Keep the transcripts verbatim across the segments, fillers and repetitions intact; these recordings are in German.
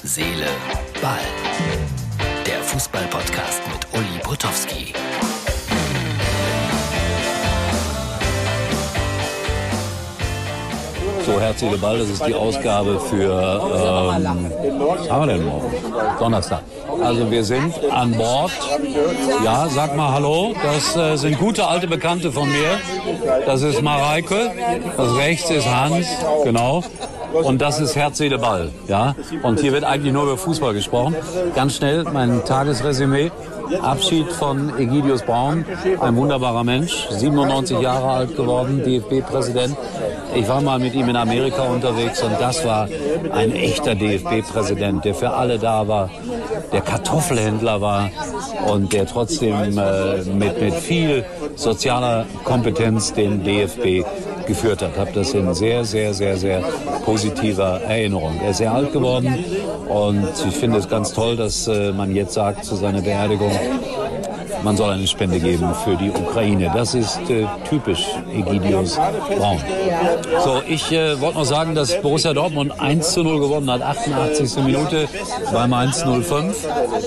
Seele, Ball. Der Fußball-Podcast mit Uli Potowski. So, Herz, Seele, Ball, das ist die Ausgabe für, ähm, was haben wir denn morgen? Donnerstag. Also wir sind an Bord. Ja, sag mal Hallo. Das äh, sind gute alte Bekannte von mir. Das ist Mareike. Das rechts ist Hans. Genau. Und das ist Herz, Seele, Ball. Ja. Und hier wird eigentlich nur über Fußball gesprochen. Ganz schnell mein Tagesresümee. Abschied von Egidius Braun, ein wunderbarer Mensch, siebenundneunzig Jahre alt geworden, D F B-Präsident. Ich war mal mit ihm in Amerika unterwegs und das war ein echter D F B-Präsident, der für alle da war, der Kartoffelhändler war und der trotzdem äh, mit, mit viel sozialer Kompetenz den D F B geführt hat. Ich habe das in sehr, sehr, sehr, sehr positiver Erinnerung. Er ist sehr alt geworden und ich finde es ganz toll, dass äh, man jetzt sagt zu seiner Beerdigung, man soll eine Spende geben für die Ukraine. Das ist äh, typisch Egidius Braun. So, ich äh, wollte noch sagen, dass Borussia Dortmund eins zu null gewonnen hat, achtundachtzigste Minute beim eins null fünf.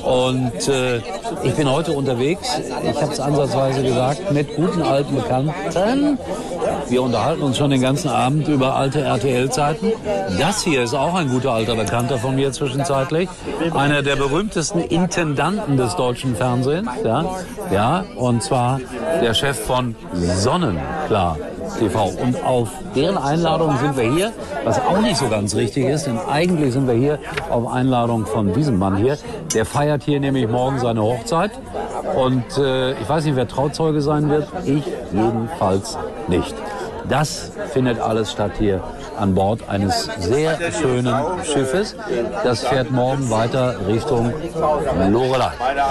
Und äh, ich bin heute unterwegs, ich habe es ansatzweise gesagt, mit guten alten Bekannten. Wir unterhalten uns schon den ganzen Abend über alte R T L-Zeiten. Das hier ist auch ein guter alter Bekannter von mir zwischenzeitlich. Einer der berühmtesten Intendanten des deutschen Fernsehens. Ja, ja, und zwar der Chef von Sonnenklar T V. Und auf deren Einladung sind wir hier, was auch nicht so ganz richtig ist, denn eigentlich sind wir hier auf Einladung von diesem Mann hier. Der feiert hier nämlich morgen seine Hochzeit. Und äh, ich weiß nicht, wer Trauzeuge sein wird. Ich jedenfalls nicht. Das findet alles statt hier an Bord eines sehr schönen Schiffes. Das fährt morgen weiter Richtung Loreley.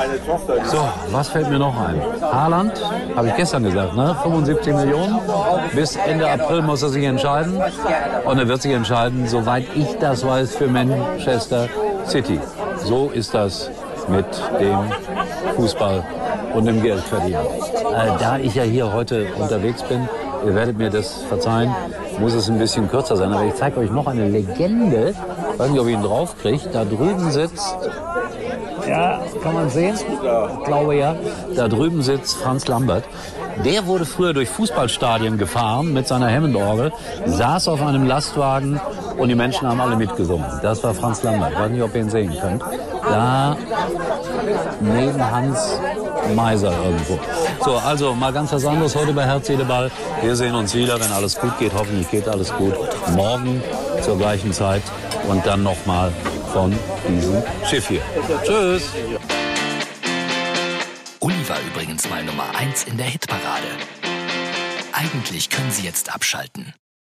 So, was fällt mir noch ein? Haaland, habe ich gestern gesagt, ne? fünfundsiebzig Millionen. Bis Ende April muss er sich entscheiden. Und er wird sich entscheiden, soweit ich das weiß, für Manchester City. So ist das mit dem Fußball und dem Geldverdienen. Äh, da ich ja hier heute unterwegs bin, ihr werdet mir das verzeihen, muss es ein bisschen kürzer sein. Aber ich zeige euch noch eine Legende. Ich weiß nicht, ob ich ihn draufkriege. Da drüben sitzt, ja, kann man sehen? Ich glaube ja. Da drüben sitzt Franz Lambert. Der wurde früher durch Fußballstadien gefahren mit seiner Hammond-Orgel, saß auf einem Lastwagen und die Menschen haben alle mitgesungen. Das war Franz Lambert. Ich weiß nicht, ob ihr ihn sehen könnt. Da neben Hans Meiser irgendwo. So, also mal ganz was anderes heute bei Herz, Seele, Ball. Wir sehen uns wieder, wenn alles gut geht. Hoffentlich geht alles gut. Morgen zur gleichen Zeit und dann nochmal von diesem Schiff hier. Tschüss. Uli war übrigens mal Nummer eins in der Hitparade. Eigentlich können Sie jetzt abschalten.